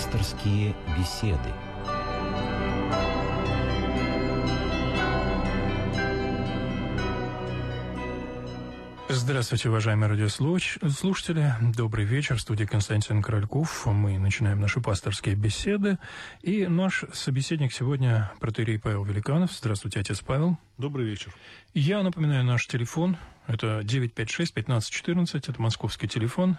Пасторские беседы. Здравствуйте, уважаемые радиослушатели. Добрый вечер. В студии Константин Корольков. Мы начинаем наши пасторские беседы. И наш собеседник сегодня протоиерей Павел Великанов. Здравствуйте, отец Павел. Добрый вечер. Я напоминаю наш телефон. Это 956-1514. Это московский телефон.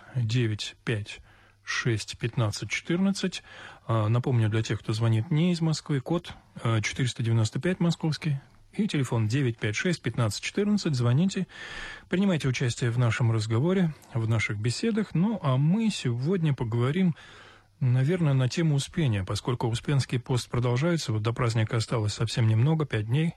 956-1514. Напомню для тех, кто звонит не из Москвы, код 495 московский. И телефон 956-1514. Звоните, принимайте участие в нашем разговоре, в наших беседах. Ну, а мы сегодня поговорим, наверное, на тему Успения, поскольку Успенский пост продолжается. Вот до праздника осталось совсем немного, 5 дней.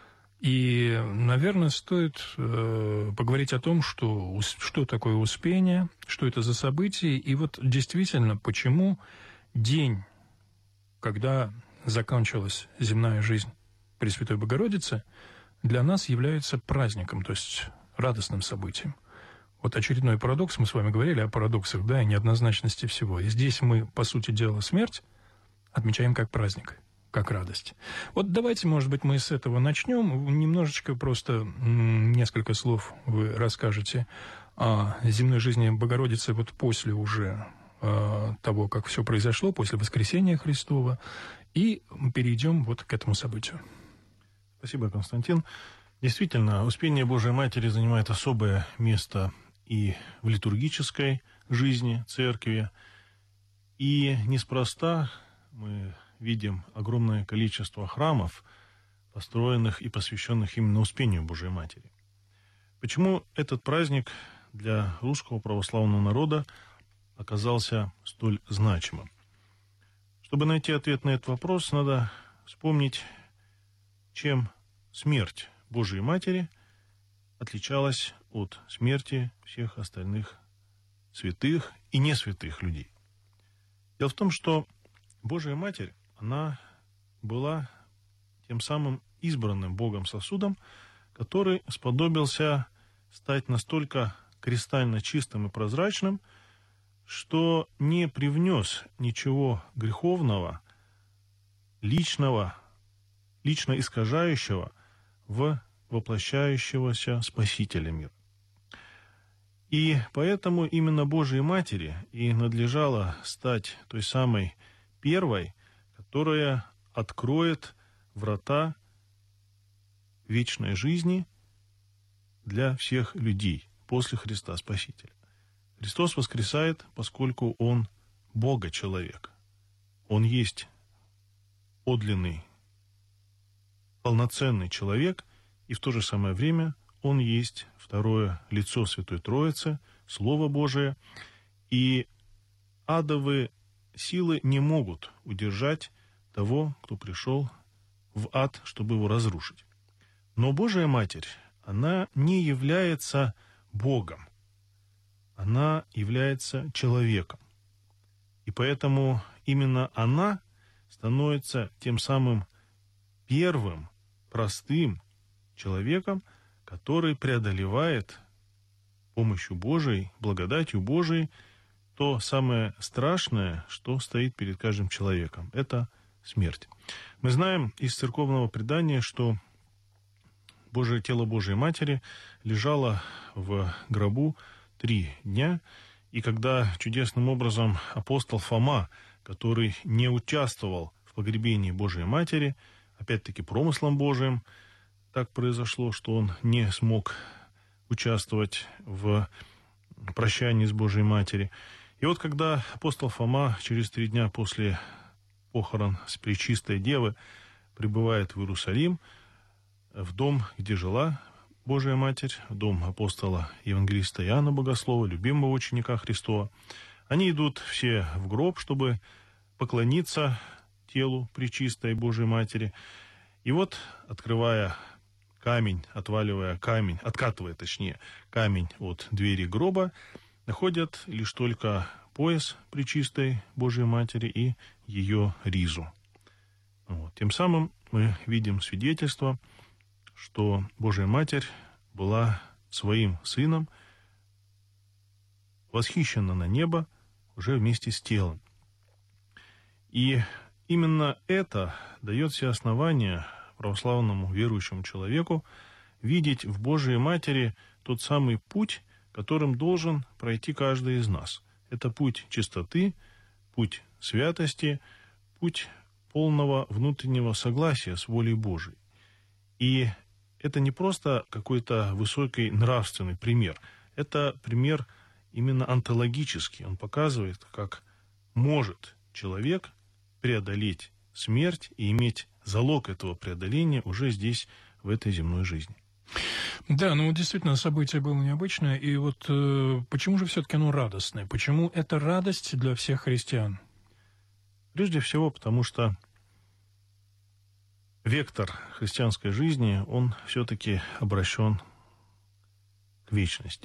И, наверное, стоит поговорить о том, что такое Успение, что это за событие, и вот действительно, почему день, когда закончилась земная жизнь Пресвятой Богородицы, для нас является праздником, то есть радостным событием. Вот очередной парадокс, мы с вами говорили о парадоксах, да, и неоднозначности всего. И здесь мы, по сути дела, смерть отмечаем как праздник, как радость. Вот давайте, может быть, мы с этого начнем. Немножечко просто несколько слов вы расскажете о земной жизни Богородицы вот после уже того, как все произошло, после воскресения Христова, и перейдем вот к этому событию. Спасибо, Константин. Действительно, Успение Божией Матери занимает особое место и в литургической жизни Церкви. И неспроста мы видим огромное количество храмов, построенных и посвященных именно Успению Божией Матери. Почему этот праздник для русского православного народа оказался столь значимым? Чтобы найти ответ на этот вопрос, надо вспомнить, чем смерть Божией Матери отличалась от смерти всех остальных святых и несвятых людей. Дело в том, что Божия Матерь, она была тем самым избранным Богом сосудом, который сподобился стать настолько кристально чистым и прозрачным, что не привнес ничего греховного, лично искажающего в воплощающегося Спасителя мира. И поэтому именно Божией Матери и надлежало стать той самой первой, которая откроет врата вечной жизни для всех людей после Христа Спасителя. Христос воскресает, поскольку Он Бога-человек. Он есть подлинный, полноценный человек, и в то же самое время Он есть второе лицо Святой Троицы, Слово Божие, и адовые силы не могут удержать того, кто пришел в ад, чтобы его разрушить. Но Божия Матерь, она не является Богом, она является человеком. И поэтому именно она становится тем самым первым простым человеком, который преодолевает с помощью Божией, благодатью Божией, то самое страшное, что стоит перед каждым человеком. Это смерть. Мы знаем из церковного предания, что тело Божией Матери лежало в гробу 3 дня, и когда чудесным образом апостол Фома, который не участвовал в погребении Божией Матери, опять-таки промыслом Божиим, так произошло, что он не смог участвовать в прощании с Божией Матерью. И вот когда апостол Фома через 3 дня после похорон с Пречистой Девы прибывает в Иерусалим, в дом, где жила Божия Матерь, в дом апостола евангелиста Иоанна Богослова, любимого ученика Христова, они идут все в гроб, чтобы поклониться телу Пречистой Божией Матери. И вот, открывая камень, откатывая камень от двери гроба, находят лишь только пояс Пречистой Божией Матери и ее ризу. Вот. Тем самым мы видим свидетельство, что Божия Матерь была своим сыном восхищена на небо уже вместе с телом. И именно это дает все основания православному верующему человеку видеть в Божией Матери тот самый путь, которым должен пройти каждый из нас. Это путь чистоты, путь святости, путь полного внутреннего согласия с волей Божией. И это не просто какой-то высокий нравственный пример, это пример именно онтологический. Он показывает, как может человек преодолеть смерть и иметь залог этого преодоления уже здесь, в этой земной жизни. Да, ну действительно, событие было необычное. И вот почему же все-таки оно радостное? Почему это радость для всех христиан? Прежде всего, потому что вектор христианской жизни, он все-таки обращен к вечности.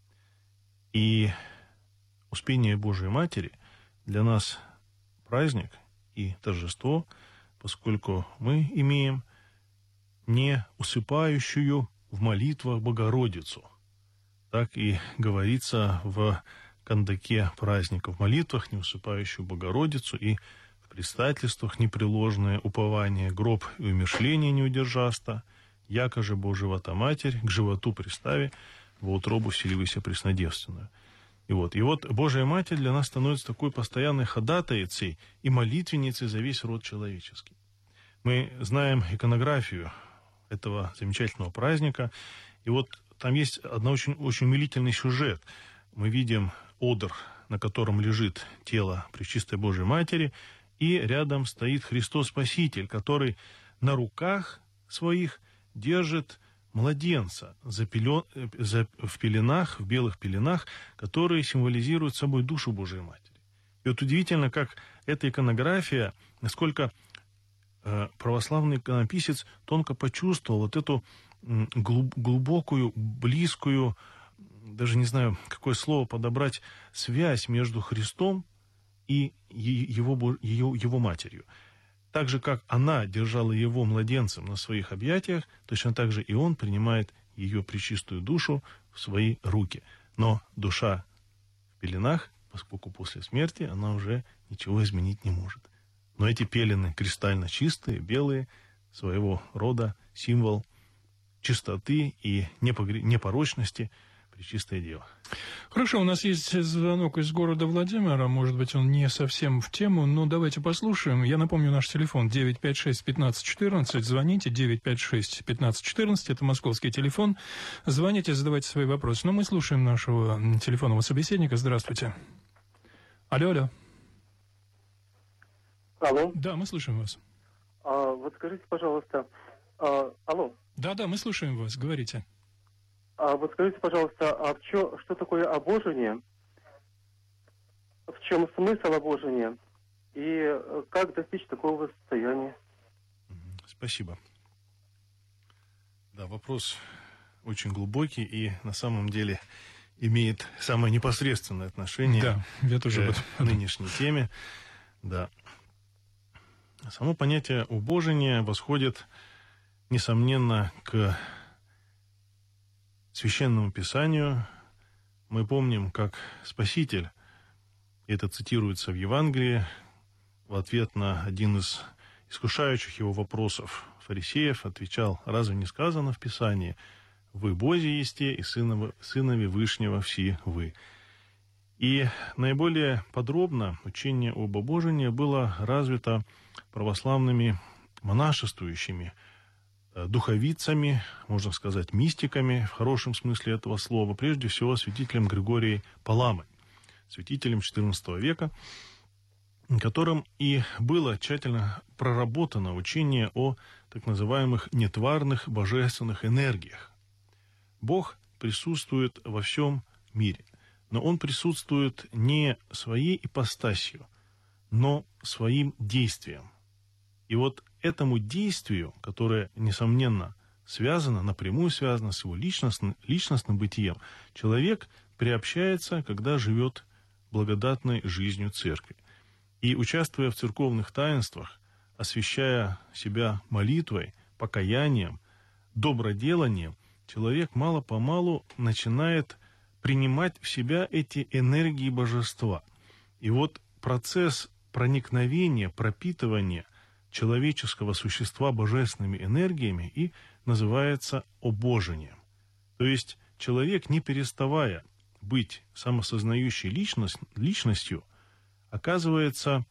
И Успение Божией Матери для нас праздник и торжество, поскольку мы имеем не усыпающую в молитвах Богородицу. Так и говорится в кандаке праздника: в молитвах не усыпающую Богородицу, и в предстательствах непреложное упование, гроб и умершление не удержаста, яко же Божия Матерь к животу пристави, во утробу вселивайся преснодевственную. И вот Божия Матерь для нас становится такой постоянной ходатайицей и молитвенницей за весь род человеческий. Мы знаем иконографию этого замечательного праздника, и вот там есть очень умилительный сюжет. Мы видим одр, на котором лежит тело Пречистой Божией Матери, и рядом стоит Христос Спаситель, который на руках своих держит младенца в пеленах, в белых пеленах, которые символизируют собой душу Божией Матери. И вот удивительно, как эта иконография, насколько православный иконописец тонко почувствовал вот эту глубокую, близкую, даже не знаю, какое слово подобрать, связь между Христом и его матерью. Так же, как она держала его младенцем на своих объятиях, точно так же и он принимает ее пречистую душу в свои руки. Но душа в пеленах, поскольку после смерти она уже ничего изменить не может. Но эти пелены кристально чистые, белые, своего рода символ чистоты и непорочности Пречистое Дева. Хорошо, у нас есть звонок из города Владимира. Может быть, он не совсем в тему, но давайте послушаем. Я напомню, наш телефон 956-1514. Звоните 956-1514. Это московский телефон. Звоните, задавайте свои вопросы. Но мы слушаем нашего телефонного собеседника. Здравствуйте. Алло. Алло. Да, мы слушаем вас. Вот скажите, пожалуйста, алло. Да, мы слушаем вас, говорите. Вот скажите, пожалуйста, что такое обожение? В чем смысл обожения? И как достичь такого состояния? Спасибо. Да, вопрос очень глубокий и на самом деле имеет самое непосредственное отношение к нынешней теме. Да. Само понятие обожения восходит, несомненно, к Священному Писанию. Мы помним, как Спаситель, это цитируется в Евангелии, в ответ на один из искушающих его вопросов фарисеев отвечал: «Разве не сказано в Писании: вы Божьи есте, и сынови Вышнего все вы?» И наиболее подробно учение об обожении было развито православными монашествующими духовицами, можно сказать, мистиками, в хорошем смысле этого слова, прежде всего святителем Григорием Паламой, святителем XIV века, которым и было тщательно проработано учение о так называемых нетварных божественных энергиях. Бог присутствует во всем мире, но Он присутствует не своей ипостасью, но своим действием. И вот этому действию, которое, несомненно, напрямую связано с его личностным бытием, человек приобщается, когда живет благодатной жизнью церкви. И, участвуя в церковных таинствах, освящая себя молитвой, покаянием, доброделанием, человек мало-помалу начинает принимать в себя эти энергии божества. И вот процесс проникновение, пропитывание человеческого существа божественными энергиями и называется обожением. То есть человек, не переставая быть самосознающей личностью, оказывается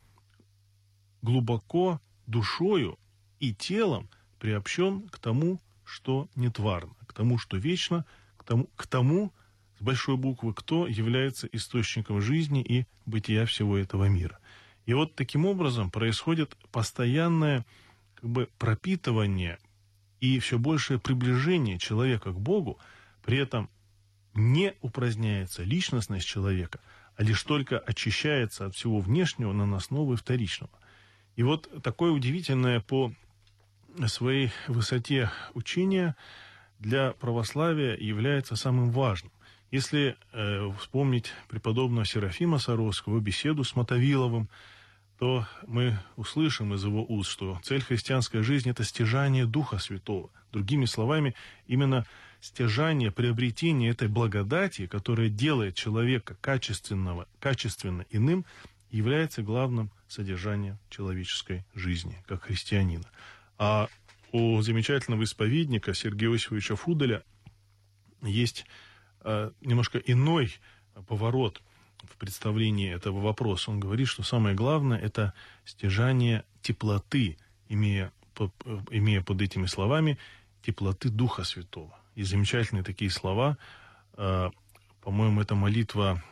глубоко душою и телом приобщен к тому, что нетварно, к тому, что вечно, к тому, с большой буквы, кто является источником жизни и бытия всего этого мира. И вот таким образом происходит постоянное пропитывание и все большее приближение человека к Богу, при этом не упраздняется личностность человека, а лишь только очищается от всего внешнего, наносного и вторичного. И вот такое удивительное по своей высоте учение для православия является самым важным. Если вспомнить преподобного Серафима Саровского, беседу с Мотовиловым, то мы услышим из его уст, что цель христианской жизни – это стяжание Духа Святого. Другими словами, именно стяжание, приобретение этой благодати, которая делает человека качественно иным, является главным содержанием человеческой жизни, как христианина. А у замечательного исповедника Сергея Иосифовича Фуделя есть немножко иной поворот в представлении этого вопроса. Он говорит, что самое главное – это стяжание теплоты, имея под этими словами теплоты Духа Святого. И замечательные такие слова, по-моему, это молитва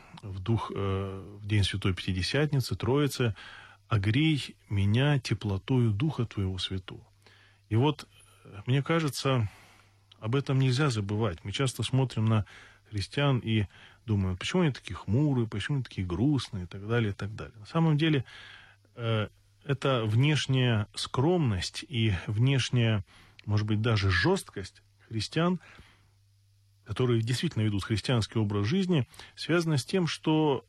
в день Святой Пятидесятницы, Троицы: «Огрей меня теплотою Духа Твоего Святого». И вот, мне кажется, об этом нельзя забывать. Мы часто смотрим на христиан и думаем, почему они такие хмурые, почему они такие грустные и так далее, и так далее. На самом деле, это внешняя скромность и внешняя, может быть, даже жесткость христиан, которые действительно ведут христианский образ жизни, связана с тем, что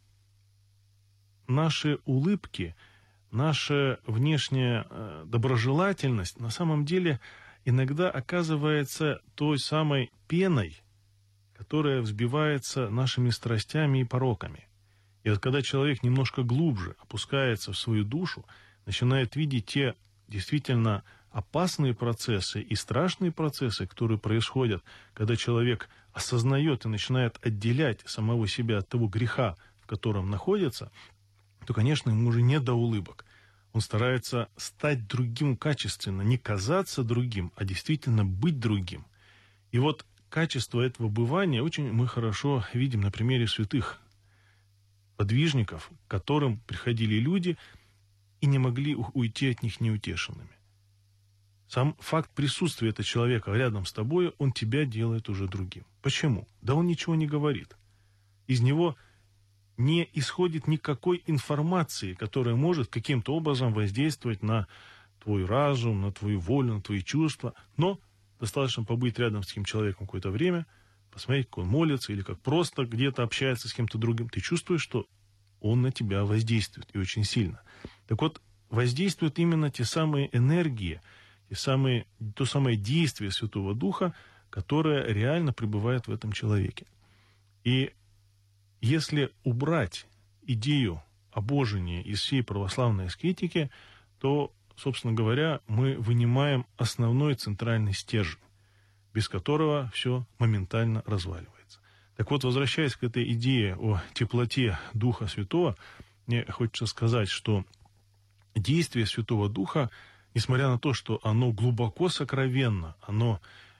наши улыбки, наша внешняя доброжелательность на самом деле иногда оказывается той самой пеной, которая взбивается нашими страстями и пороками. И вот когда человек немножко глубже опускается в свою душу, начинает видеть те действительно опасные процессы и страшные процессы, которые происходят, когда человек осознает и начинает отделять самого себя от того греха, в котором находится, то, конечно, ему уже не до улыбок. Он старается стать другим качественно, не казаться другим, а действительно быть другим. И вот качество этого бывания очень мы хорошо видим на примере святых подвижников, к которым приходили люди и не могли уйти от них неутешенными. Сам факт присутствия этого человека рядом с тобой, он тебя делает уже другим. Почему? Да он ничего не говорит. Из него не исходит никакой информации, которая может каким-то образом воздействовать на твой разум, на твою волю, на твои чувства. Но достаточно побыть рядом с таким человеком какое-то время, посмотреть, как он молится, или как просто где-то общается с кем-то другим. Ты чувствуешь, что он на тебя воздействует, и очень сильно. Так вот, воздействуют именно те самые энергии, то самое действие Святого Духа, которое реально пребывает в этом человеке. И если убрать идею обожения из всей православной аскетики, то, собственно говоря, мы вынимаем основной центральный стержень, без которого все моментально разваливается. Так вот, возвращаясь к этой идее о теплоте Духа Святого, мне хочется сказать, что действие Святого Духа, несмотря на то, что оно глубоко сокровенно, оно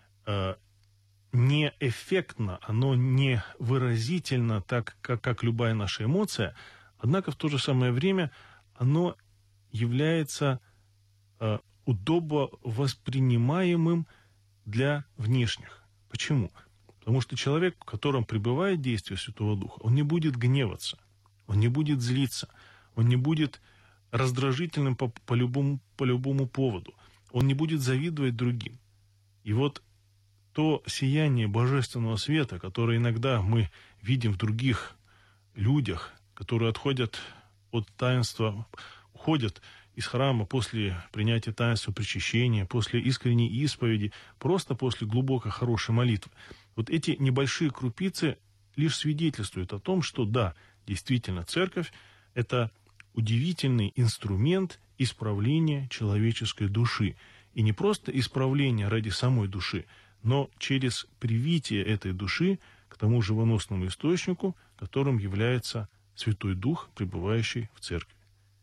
не эффектно, оно не выразительно, так как любая наша эмоция, однако в то же самое время оно является удобно воспринимаемым для внешних. Почему? Потому что человек, в котором пребывает действие Святого Духа, он не будет гневаться, он не будет злиться, он не будет раздражительным по любому поводу, он не будет завидовать другим. И вот то сияние божественного света, которое иногда мы видим в других людях, которые отходят от таинства, уходят из храма после принятия таинства причащения, после искренней исповеди, просто после глубокой хорошей молитвы. Вот эти небольшие крупицы лишь свидетельствуют о том, что да, действительно, церковь – это удивительный инструмент исправления человеческой души. И не просто исправление ради самой души, но через привитие этой души к тому живоносному источнику, которым является Святой Дух, пребывающий в Церкви.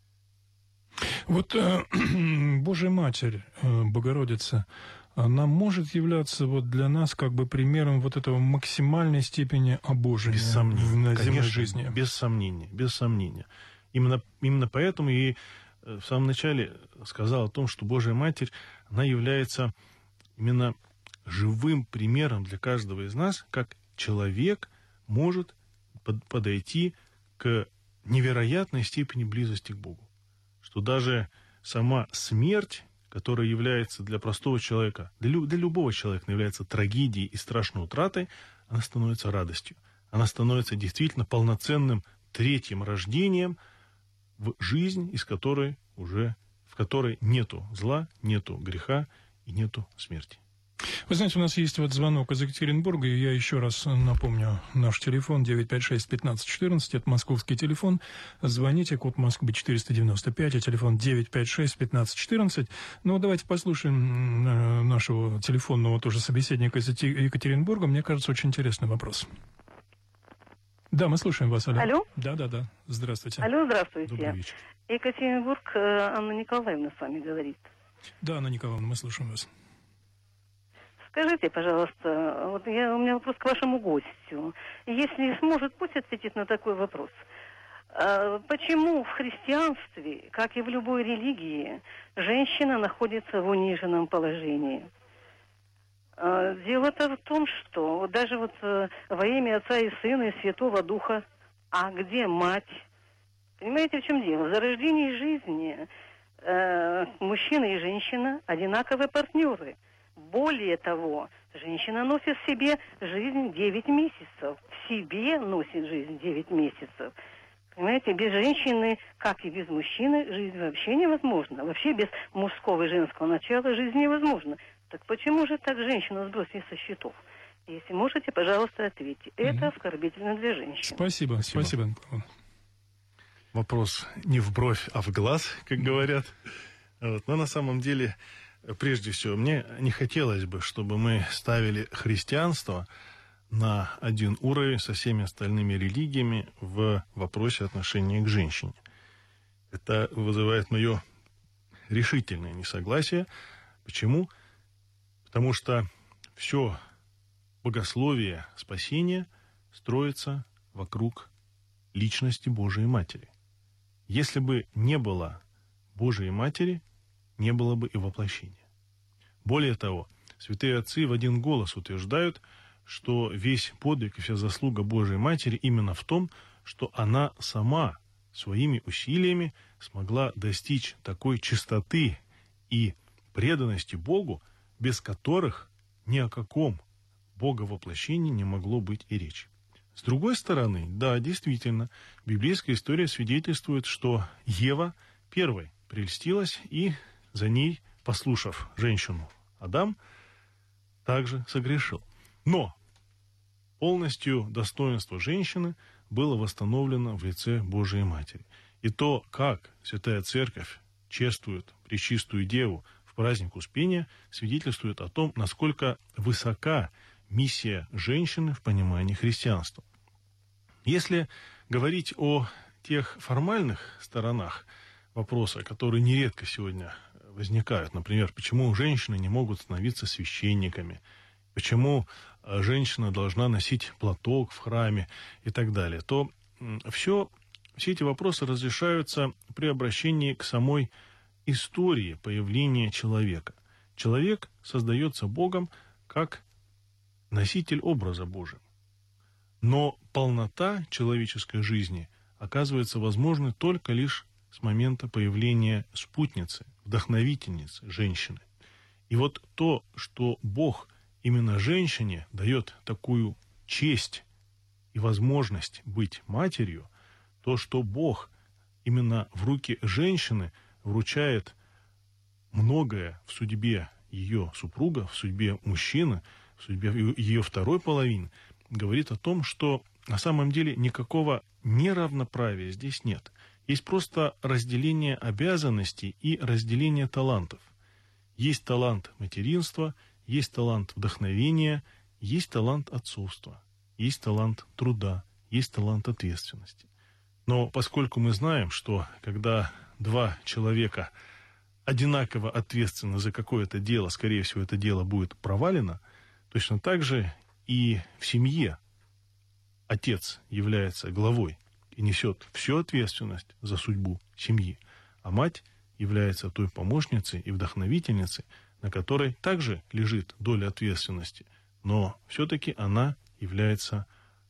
Вот Божья Матерь, Богородица, она может являться вот для нас как бы примером вот этого максимальной степени обожения на земной жизни. Без сомнения, без сомнения. Именно поэтому и в самом начале сказал о том, что Божья Матерь, она является именно живым примером для каждого из нас, как человек может подойти к невероятной степени близости к Богу. Что даже сама смерть, которая является для простого человека, для любого человека является трагедией и страшной утратой, она становится радостью. Она становится действительно полноценным третьим рождением в жизнь, в которой нету зла, нету греха и нету смерти. Вы знаете, у нас есть вот звонок из Екатеринбурга, и я еще раз напомню, наш телефон 956-1514, это московский телефон. Звоните, код Москвы 495, а телефон 956-1514. Ну, давайте послушаем нашего телефонного тоже собеседника из Екатеринбурга. Мне кажется, очень интересный вопрос. Да, мы слушаем вас. Алло. Алло? Да. Здравствуйте. Алло, здравствуйте. Добрый вечер. Екатеринбург, Анна Николаевна с вами говорит. Да, Анна Николаевна, мы слушаем вас. Скажите, пожалуйста, у меня вопрос к вашему гостю. Если сможет, пусть ответит на такой вопрос. Почему в христианстве, как и в любой религии, женщина находится в униженном положении? Дело-то в том, что даже во имя Отца и Сына и Святого Духа, а где мать? Понимаете, в чем дело? В зарождении жизни мужчина и женщина одинаковые партнеры. Более того, женщина носит в себе жизнь 9 месяцев. В себе носит жизнь 9 месяцев. Понимаете, без женщины, как и без мужчины, жизнь вообще невозможна. Вообще без мужского и женского начала жизнь невозможна. Так почему же так женщину сбросить со счетов? Если можете, пожалуйста, ответьте. Это оскорбительно для женщин. Спасибо. Вопрос не в бровь, а в глаз, как говорят. Но на самом деле, прежде всего, мне не хотелось бы, чтобы мы ставили христианство на один уровень со всеми остальными религиями в вопросе отношения к женщине. Это вызывает мое решительное несогласие. Почему? Потому что все богословие спасения строится вокруг личности Божией Матери. Если бы не было Божией Матери, не было бы и воплощения. Более того, святые отцы в один голос утверждают, что весь подвиг и вся заслуга Божией Матери именно в том, что она сама своими усилиями смогла достичь такой чистоты и преданности Богу, без которых ни о каком боговоплощении не могло быть и речи. С другой стороны, да, действительно, библейская история свидетельствует, что Ева первой прельстилась, и за ней, послушав женщину, Адам также согрешил. Но полностью достоинство женщины было восстановлено в лице Божией Матери. И то, как Святая Церковь чествует Пречистую Деву в праздник Успения, свидетельствует о том, насколько высока миссия женщины в понимании христианства. Если говорить о тех формальных сторонах вопроса, которые нередко сегодня возникают, например, почему женщины не могут становиться священниками, почему женщина должна носить платок в храме и так далее, то все эти вопросы разрешаются при обращении к самой истории появления человека. Человек создается Богом как носитель образа Божия. Но полнота человеческой жизни оказывается возможной только лишь с момента появления спутницы, вдохновительницы, женщины. И вот то, что Бог именно женщине дает такую честь и возможность быть матерью, то, что Бог именно в руки женщины вручает многое в судьбе ее супруга, в судьбе мужчины, в судьбе ее второй половины, говорит о том, что на самом деле никакого неравноправия здесь нет. Есть просто разделение обязанностей и разделение талантов. Есть талант материнства, есть талант вдохновения, есть талант отцовства, есть талант труда, есть талант ответственности. Но поскольку мы знаем, что когда два человека одинаково ответственны за какое-то дело, скорее всего, это дело будет провалено, точно так же и в семье отец является главой и несет всю ответственность за судьбу семьи, а мать является той помощницей и вдохновительницей, на которой также лежит доля ответственности, но все-таки она является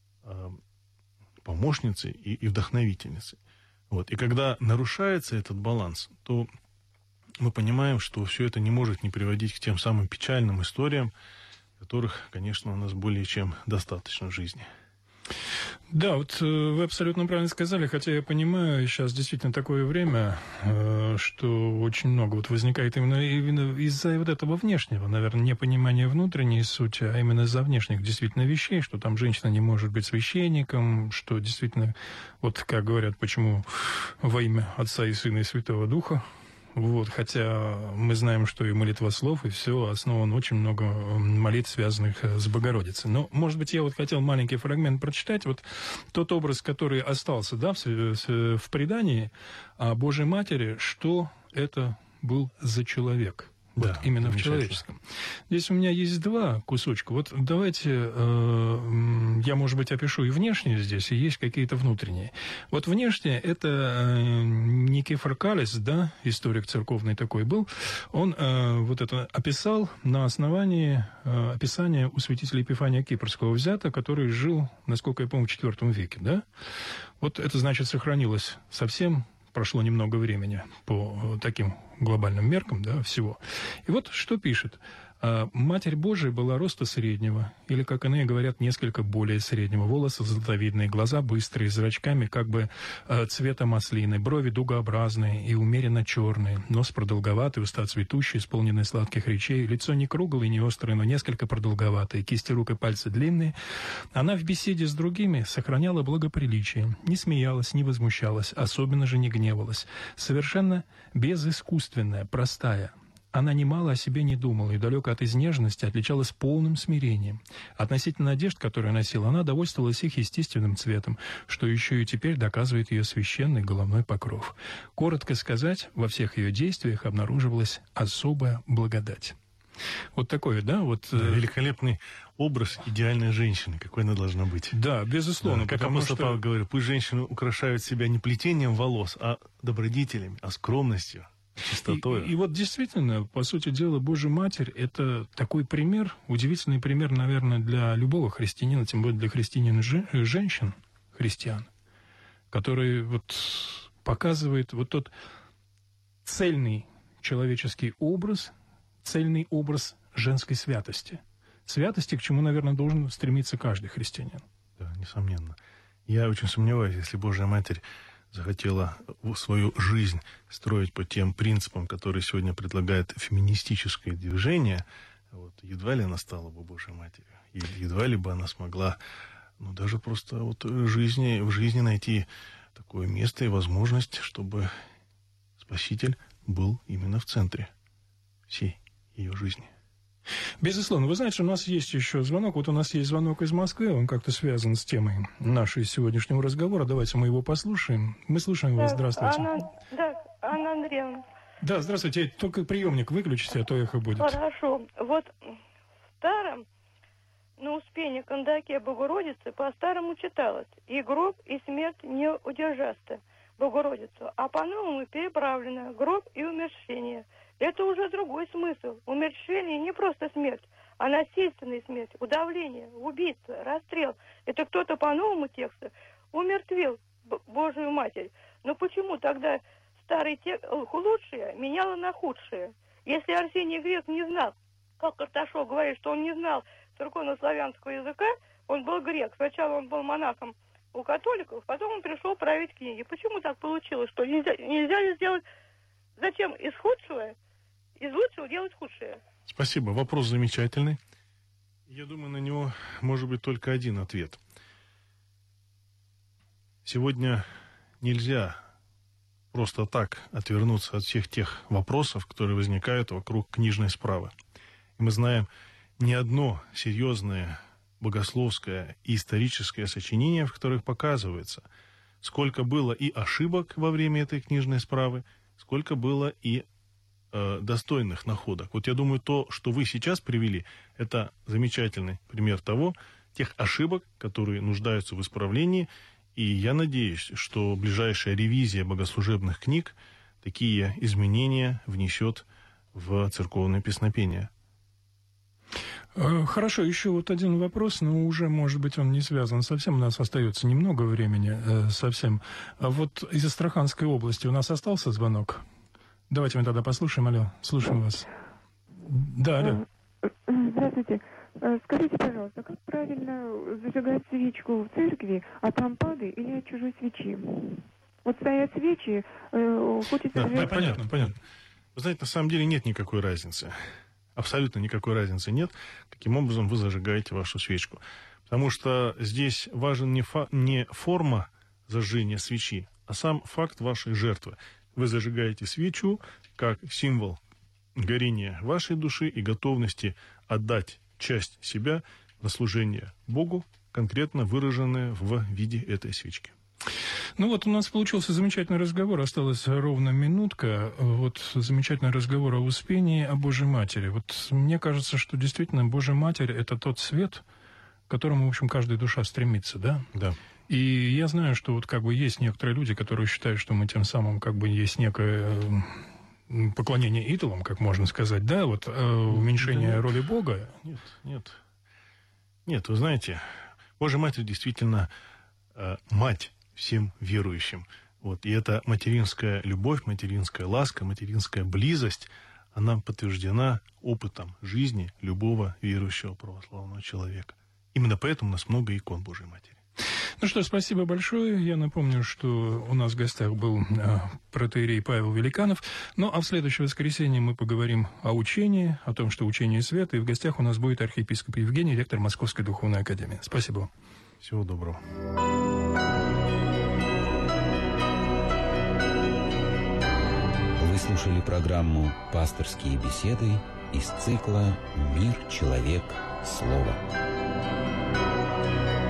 помощницей и вдохновительницей. Вот. И когда нарушается этот баланс, то мы понимаем, что все это не может не приводить к тем самым печальным историям, которых, конечно, у нас более чем достаточно в жизни. Да, вот вы абсолютно правильно сказали, хотя я понимаю, сейчас действительно такое время, что очень много вот возникает именно из-за вот этого внешнего, наверное, непонимания внутренней сути, а именно из-за внешних действительно вещей, что там женщина не может быть священником, что действительно, вот как говорят, почему во имя Отца и Сына и Святого Духа. Вот, хотя мы знаем, что и молитвослов, и все основано очень много молитв, связанных с Богородицей. Но, может быть, я вот хотел маленький фрагмент прочитать. Вот тот образ, который остался, да, в предании о Божьей Матери, что это был за человек. Вот да, именно в человеческом. Здесь у меня есть два кусочка. Вот давайте я, может быть, опишу и внешнее здесь, и есть какие-то внутренние. Вот внешнее это Никифор Каллис, да, историк церковный такой был. Он вот это описал на основании описания у святителя Епифания Кипрского взято, который жил, насколько я помню, в IV веке, да. Вот это, значит, сохранилось совсем. Прошло немного времени по таким глобальным меркам, да, всего. И вот что пишет. Матерь Божия была роста среднего, или, как иные говорят, несколько более среднего, волосы золотовидные, глаза быстрые, зрачками как бы цвета маслины, брови дугообразные и умеренно черные, нос продолговатый, уста цветущие, исполненные сладких речей, лицо не круглое и не острое, но несколько продолговатое, кисти рук и пальцы длинные. Она в беседе с другими сохраняла благоприличие, не смеялась, не возмущалась, особенно же не гневалась, совершенно безыскусственная, простая. Она немало о себе не думала и, далеко от изнеженности, отличалась полным смирением. Относительно одежд, которые носила, она довольствовалась их естественным цветом, что еще и теперь доказывает ее священный головной покров. Коротко сказать, во всех ее действиях обнаруживалась особая благодать. Вот такой, да, вот... Великолепный образ идеальной женщины, какой она должна быть. Да, безусловно. Да, как апостол Павел говорит, пусть женщины украшают себя не плетением волос, а добродетелями, а скромностью. И вот действительно, по сути дела, Божья Матерь – это такой пример, удивительный пример, наверное, для любого христианина, тем более для женщин, христиан, который вот показывает вот тот цельный человеческий образ, цельный образ женской святости. Святости, к чему, наверное, должен стремиться каждый христианин. Да, несомненно. Я очень сомневаюсь, если Божья Матерь захотела свою жизнь строить по тем принципам, которые сегодня предлагает феминистическое движение, вот, едва ли она стала бы Божьей Матерью. И едва ли бы она смогла, ну, даже просто вот в жизни найти такое место и возможность, чтобы Спаситель был именно в центре всей ее жизни. Безусловно. Вы знаете, у нас есть еще звонок. Вот у нас есть звонок из Москвы. Он как-то связан с темой нашего сегодняшнего разговора. Давайте мы его послушаем. Мы слушаем вас. Здравствуйте. Анна Андреевна. Да, здравствуйте. Только приемник выключите, а то эхо будет. Хорошо. Вот в старом, на Успении Кандаке Богородицы по-старому читалось: «И гроб, и смерть не удержаста Богородицу», а по-новому переправлено: «Гроб и умерщвление». Это уже другой смысл. Умерщвление не просто смерть, а насильственная смерть, удавление, убийство, расстрел. Это кто-то по новому тексту умертвил Божию Матерь. Но почему тогда старый текст лучшее меняло на худшее? Если Арсений Грек не знал, как Карташов говорит, что он не знал церковно-славянского языка, он был грек. Сначала он был монахом у католиков, потом он пришел править книги. Почему так получилось, что нельзя ли сделать... Зачем из лучшего делать худшее? Спасибо. Вопрос замечательный. Я думаю, на него может быть только один ответ. Сегодня нельзя просто так отвернуться от всех тех вопросов, которые возникают вокруг книжной справы. И мы знаем не одно серьезное богословское и историческое сочинение, в которых показывается, сколько было и ошибок во время этой книжной справы, сколько было и достойных находок. Вот я думаю, то, что вы сейчас привели, это замечательный пример тех ошибок, которые нуждаются в исправлении. И я надеюсь, что ближайшая ревизия богослужебных книг такие изменения внесет в церковное песнопение. Хорошо, еще вот один вопрос, но уже, может быть, он не связан совсем. У нас остается немного времени совсем. А вот из Астраханской области у нас остался звонок? Давайте мы тогда послушаем. Алло, слушаем вас. Да, алло. Здравствуйте. Скажите, пожалуйста, как правильно зажигать свечку в церкви, от лампады или от чужой свечи? Вот стоят свечи, хочется... Да, понятно. Вы знаете, на самом деле нет никакой разницы. Абсолютно никакой разницы нет, каким образом вы зажигаете вашу свечку. Потому что здесь важен не форма зажжения свечи, а сам факт вашей жертвы. Вы зажигаете свечу как символ горения вашей души и готовности отдать часть себя на служение Богу, конкретно выраженное в виде этой свечки. Ну вот у нас получился замечательный разговор, осталась ровно минутка. Вот замечательный разговор о Успении, о Божьей Матери. Вот мне кажется, что действительно Божья Матерь – это тот свет, к которому, в общем, каждая душа стремится, да? Да. И я знаю, что вот как бы есть некоторые люди, которые считают, что мы тем самым как бы есть некое поклонение идолам, как можно сказать, да, вот уменьшение роли Бога. Нет, вы знаете, Божья Матерь действительно мать всем верующим. Вот, и эта материнская любовь, материнская ласка, материнская близость, она подтверждена опытом жизни любого верующего православного человека. Именно поэтому у нас много икон Божьей Матери. Ну что, спасибо большое. Я напомню, что у нас в гостях был протоиерей Павел Великанов. Ну, а в следующее воскресенье мы поговорим о учении, о том, что учение свято. И в гостях у нас будет архиепископ Евгений, ректор Московской Духовной Академии. Спасибо. Всего доброго. Вы слушали программу «Пасторские беседы» из цикла «Мир, человек, слово».